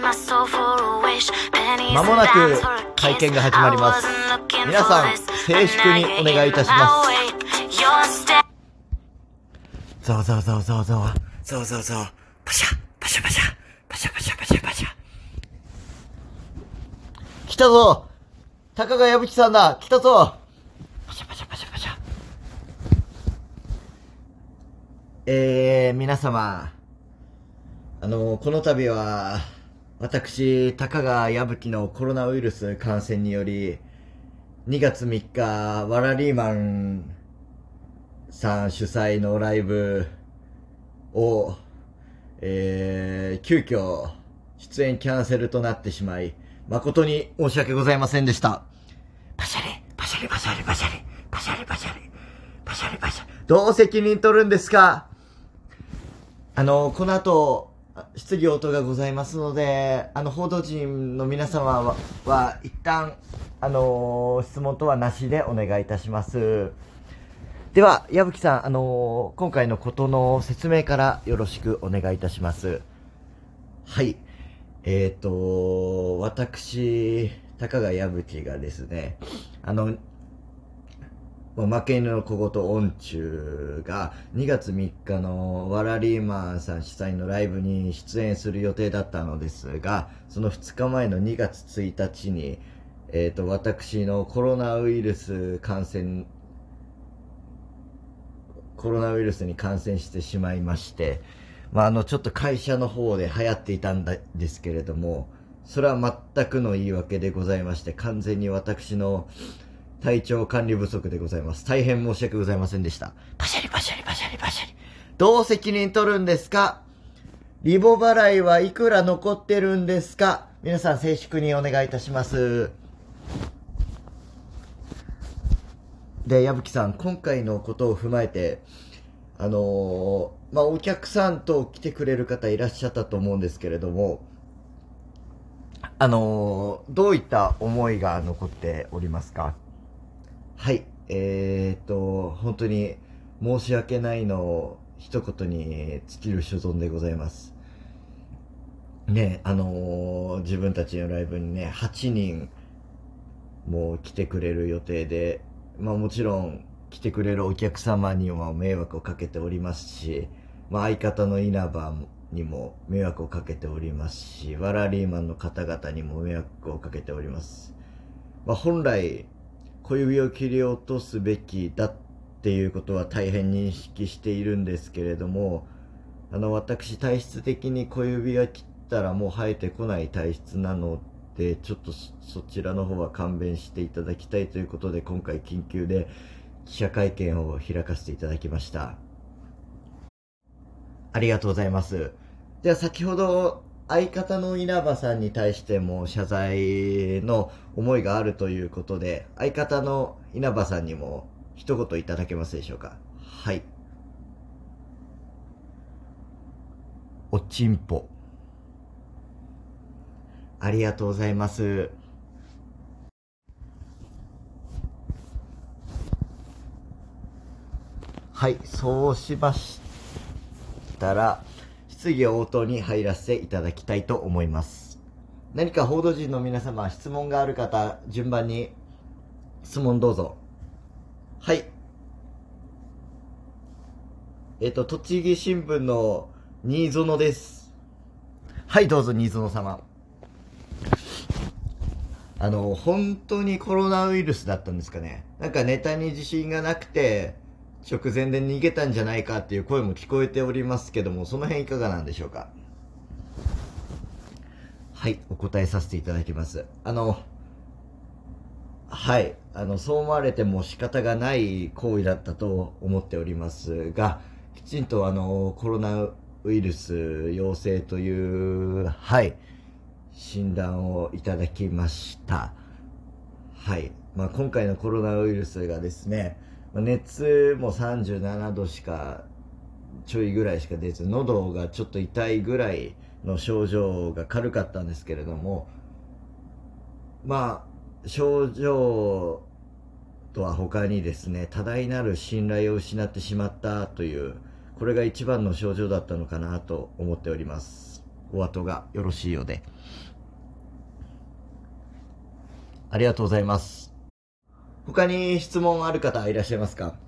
まもなく会見が始まります。皆さん、静粛にお願いいたします。ざわざわざわざわざわざわざわざわパシャパシャパシャパシャパシャパシャパシャ。来たぞ、高賀矢吹さんだ、来たぞ。パシャパシャパシャパシャ。皆様、この度は私高賀矢吹のコロナウイルス感染により2月3日ワラリーマンさん主催のライブを、急遽出演キャンセルとなってしまい誠に申し訳ございませんでした。パシャリパシャリパシャリパシャリパシャリパシャリパシャリパシャリ。どう責任取るんですか。この後質疑応答がございますので、報道陣の皆様は一旦質問とはなしでお願いいたします。では矢吹さん、今回のことの説明からよろしくお願いいたします。はい、私高賀矢吹がですね、負け犬の小言音中が2月3日のワラリーマンさん主催のライブに出演する予定だったのですが、その2日前の2月1日に、私のコロナウイルスに感染してしまいまして、ちょっと会社の方で流行っていたんですけれども、それは全くの言い訳でございまして、完全に私の体調管理不足でございます。大変申し訳ございませんでした。パシャリパシャリパシャリパシャリ。どう責任取るんですか。リボ払いはいくら残ってるんですか。皆さん静粛にお願いいたします。で、矢吹さん、今回のことを踏まえて、お客さんと来てくれる方いらっしゃったと思うんですけれども、どういった思いが残っておりますか。はい、本当に申し訳ないのを一言に尽きる所存でございます。ね、自分たちのライブにね、8人も来てくれる予定で、もちろん来てくれるお客様にも迷惑をかけておりますし、相方の稲葉にも迷惑をかけておりますし、ワラリーマンの方々にも迷惑をかけております。本来小指を切り落とすべきだっていうことは大変認識しているんですけれども、私体質的に小指が切ったらもう生えてこない体質なので、ちょっとそちらの方は勘弁していただきたいということで、今回緊急で記者会見を開かせていただきました。ありがとうございます。では先ほど相方の稲葉さんに対しても謝罪の思いがあるということで、相方の稲葉さんにも一言いただけますでしょうか。はい。おちんぽ。ありがとうございます。はい、そうしましたら質疑応答に入らせていただきたいと思います。何か報道陣の皆様、質問がある方、順番に質問どうぞ。はい。栃木新聞の新園です。はい、どうぞ新園様。本当にコロナウイルスだったんですかね。なんかネタに自信がなくて直前で逃げたんじゃないかっていう声も聞こえておりますけども、その辺いかがなんでしょうか。はい、お答えさせていただきます。はい、そう思われても仕方がない行為だったと思っておりますが、きちんとコロナウイルス陽性という、はい、診断をいただきました。はい、今回のコロナウイルスがですね、熱も37度しかちょいぐらいしか出ず、喉がちょっと痛いぐらいの症状が軽かったんですけれども、症状とは他にですね、多大なる信頼を失ってしまったという、これが一番の症状だったのかなと思っております。 お後がよろしいようで。ありがとうございます。他に質問ある方いらっしゃいますか？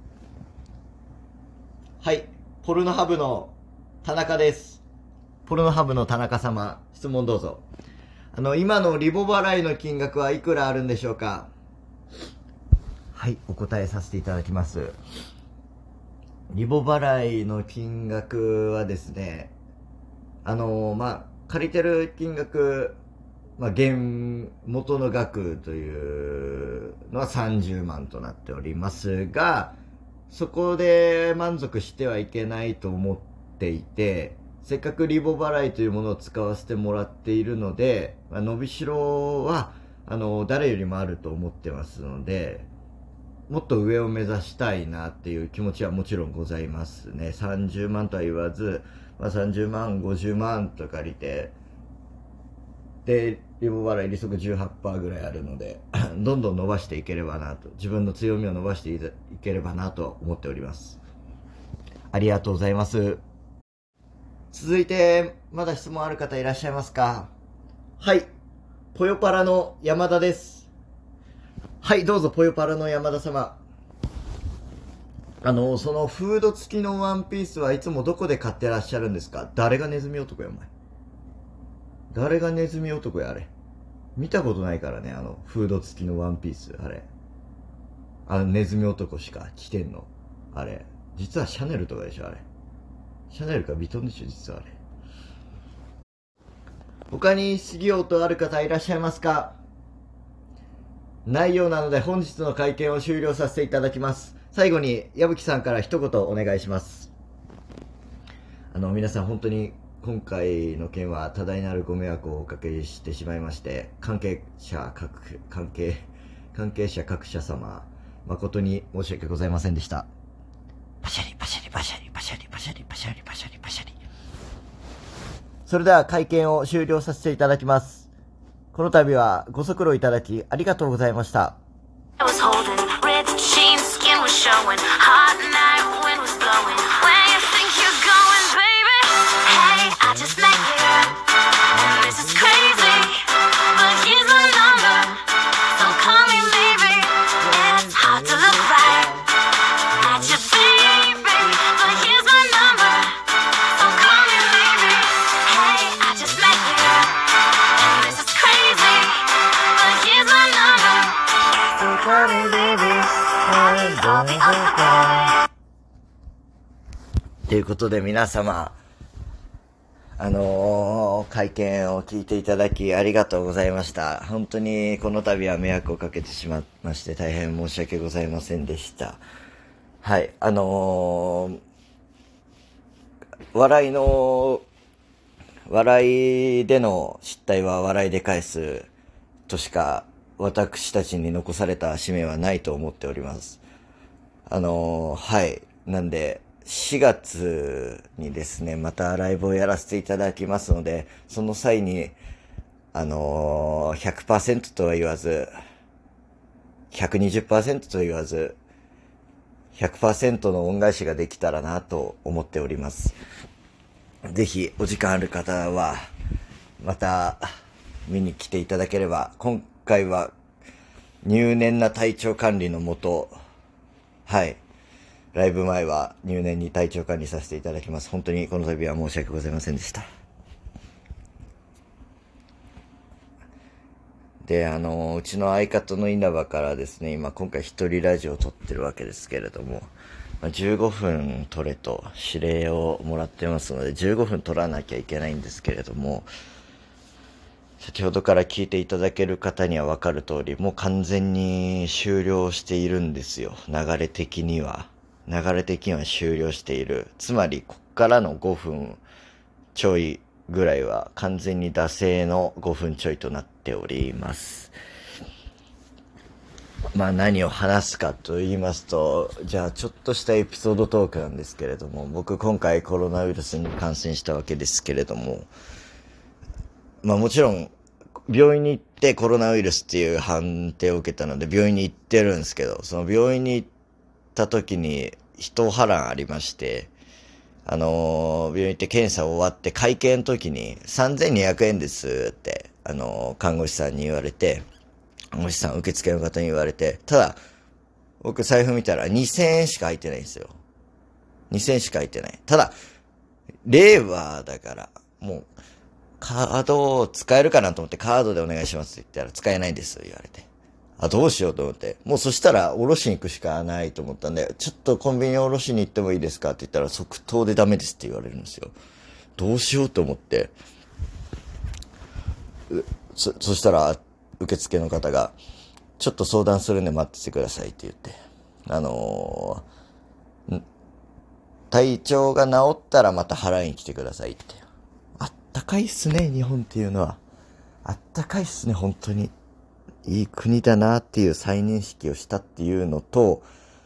はい、ポルノハブの田中です。ポルノハブの田中様、質問どうぞ。今のリボ払いの金額はいくらあるんでしょうか？はい、お答えさせていただきます。リボ払いの金額はですね、借りてる金額、元の額というのは30万となっておりますが、そこで満足してはいけないと思っていて、せっかくリボ払いというものを使わせてもらっているので、伸びしろは誰よりもあると思ってますので、もっと上を目指したいなっていう気持ちはもちろんございますね。30万とは言わず、30万50万と借りて、でリボ払い利息 18% ぐらいあるのでどんどん伸ばしていければなと、自分の強みを伸ばしていければなと思っております。ありがとうございます。続いてまだ質問ある方いらっしゃいますか？はい、ぽよパラの山田です。はい、どうぞぽよパラの山田様。そのフード付きのワンピースはいつもどこで買ってらっしゃるんですか？誰がネズミ男やお前。誰がネズミ男やあれ。見たことないからね、フード付きのワンピース、あれ。ネズミ男しか着てんの。あれ。実はシャネルとかでしょ、あれ。シャネルかヴィトンでしょ、実はあれ。他に質疑応答ある方いらっしゃいますか？ないようなので本日の会見を終了させていただきます。最後に矢吹さんから一言お願いします。皆さん本当に今回の件は多大なるご迷惑をおかけしてしまいまして、関係者各社様、誠に申し訳ございませんでした。パシャリパシャリパシャリパシャリパシャリパシャリパシャリパシャリ。それでは会見を終了させていただきます。この度はご足労いただきありがとうございました。ということで皆様、会見を聞いていただきありがとうございました。本当にこの度は迷惑をかけてしまいまして大変申し訳ございませんでした。はい、笑いでの失態は笑いで返すとしか私たちに残された使命はないと思っております。はい。なんで、4月にですね、またライブをやらせていただきますので、その際に、100% とは言わず、120% と言わず、100% の恩返しができたらなと思っております。ぜひ、お時間ある方は、また、見に来ていただければ、今回は、入念な体調管理のもと、はい。ライブ前は入念に体調管理させていただきます。本当にこの度は申し訳ございませんでした。で、うちの相方の稲葉からですね、今回一人ラジオを撮ってるわけですけれども、15分撮れと指令をもらってますので、15分撮らなきゃいけないんですけれども、先ほどから聞いていただける方にはわかる通り、もう完全に終了しているんですよ。流れ的には終了している。つまり、こっからの5分ちょいぐらいは完全に惰性の5分ちょいとなっております。何を話すかと言いますと、じゃあちょっとしたエピソードトークなんですけれども、僕今回コロナウイルスに感染したわけですけれども、もちろん病院に行ってコロナウイルスっていう判定を受けたので病院に行ってるんですけど、その病院に行った時に一波乱ありまして、 病院行って検査終わって会計の時に3200円ですって、看護師さんに言われて、看護師さん受付の方に言われて、ただ、僕財布見たら2000円しか入ってないんですよ。2000円しか入ってない。ただ、令和だから、もう、カードを使えるかなと思ってカードでお願いしますって言ったら使えないんです、言われて。どうしようと思って。もうそしたら、おろしに行くしかないと思ったんで、ちょっとコンビニおろしに行ってもいいですかって言ったら、即答でダメですって言われるんですよ。どうしようと思って。そしたら、受付の方が、ちょっと相談するんで待っててくださいって言って。体調が治ったらまた払いに来てくださいって。あったかいっすね、日本っていうのは。あったかいっすね、本当に。いい国だなっていう再認識をしたっていうのと、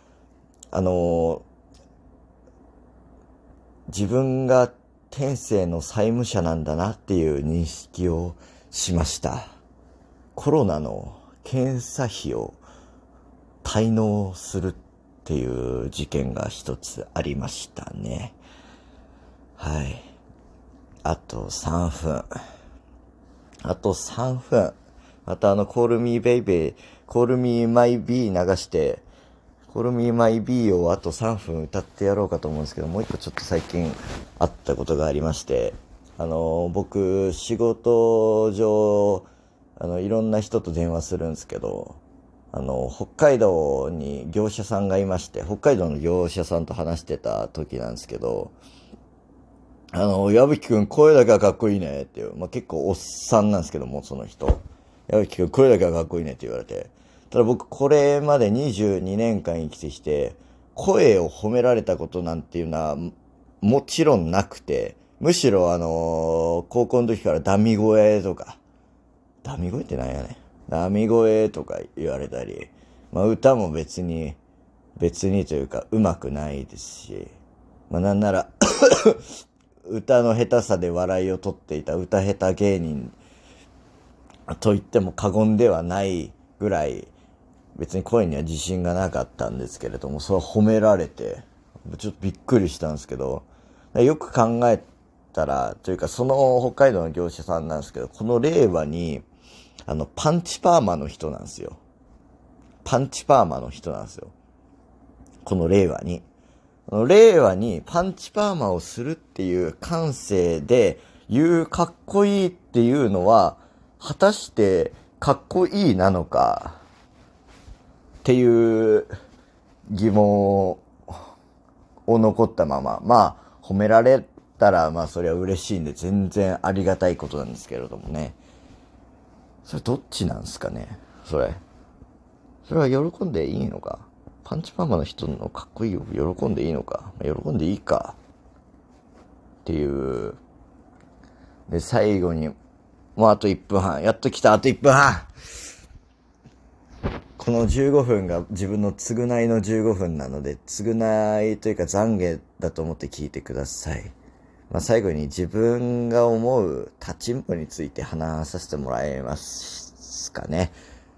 自分が天性の債務者なんだなっていう認識をしました。コロナの検査費を滞納するっていう事件が一つありましたね。はい。あと3分。あと3分。またCall Me Baby、Call Me My Bee 流して、Call Me My Bee をあと3分歌ってやろうかと思うんですけど、もう一個ちょっと最近あったことがありまして、僕、仕事上、いろんな人と電話するんですけど、北海道に業者さんがいまして、北海道の業者さんと話してた時なんですけど、矢吹くん声だけはかっこいいねっていう、結構おっさんなんですけども、その人。矢吹くん声だけはかっこいいねって言われて。ただ僕これまで22年間生きてきて、声を褒められたことなんていうのは、もちろんなくて、むしろ高校の時からダミ声とか、ダミ声ってなんやねん。ダミ声とか言われたり、歌も別にというか上手くないですし、なんなら、歌の下手さで笑いを取っていた歌下手芸人と言っても過言ではないぐらい別に声には自信がなかったんですけれども、それは褒められてちょっとびっくりしたんですけど、よく考えたらというか、その北海道の業者さんなんですけど、この令和にパンチパーマの人なんですよ。パンチパーマの人なんですよ。この令和にパンチパーマをするっていう感性で言うかっこいいっていうのは果たしてかっこいいなのかっていう疑問を残ったまま、褒められたらそれは嬉しいんで全然ありがたいことなんですけれどもね。それどっちなんですかね。それは喜んでいいのか。パンチパーマの人のかっこいいを喜んでいいのか。喜んでいいか。っていう。で、最後に、もうあと1分半。やっと来た、あと1分半。この15分が自分の償いの15分なので、償いというか懺悔だと思って聞いてください。最後に自分が思う立ちんぼについて話させてもらえますかね。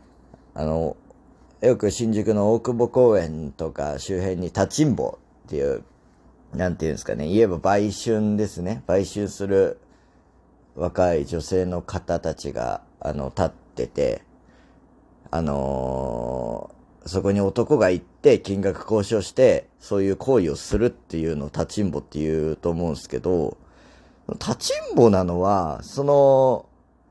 よく新宿の大久保公園とか周辺に立ちんぼっていう、なんていうんですかね、言えば売春ですね。売春する若い女性の方たちが、立ってて、そこに男が行って金額交渉して、そういう行為をするっていうのを立ちんぼって言うと思うんですけど、立ちんぼなのは、その、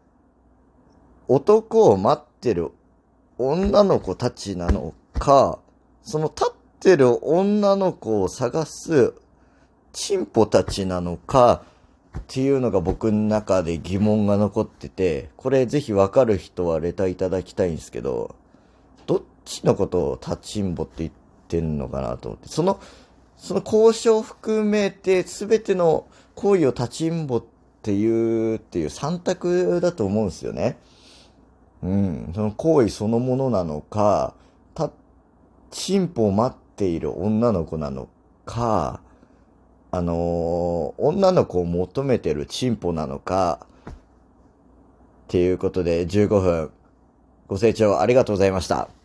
男を待ってる女の子たちなのか、その立ってる女の子を探すチンポたちなのかっていうのが僕の中で疑問が残ってて、これぜひわかる人はレターいただきたいんですけど、どっちのことを立ちんぼって言ってんのかなと思って、その交渉を含めて全ての行為を立ちんぼっていう三択だと思うんですよね。その行為そのものなのか、チンポを待っている女の子なのか、女の子を求めてるチンポなのか、っていうことで15分、ご清聴ありがとうございました。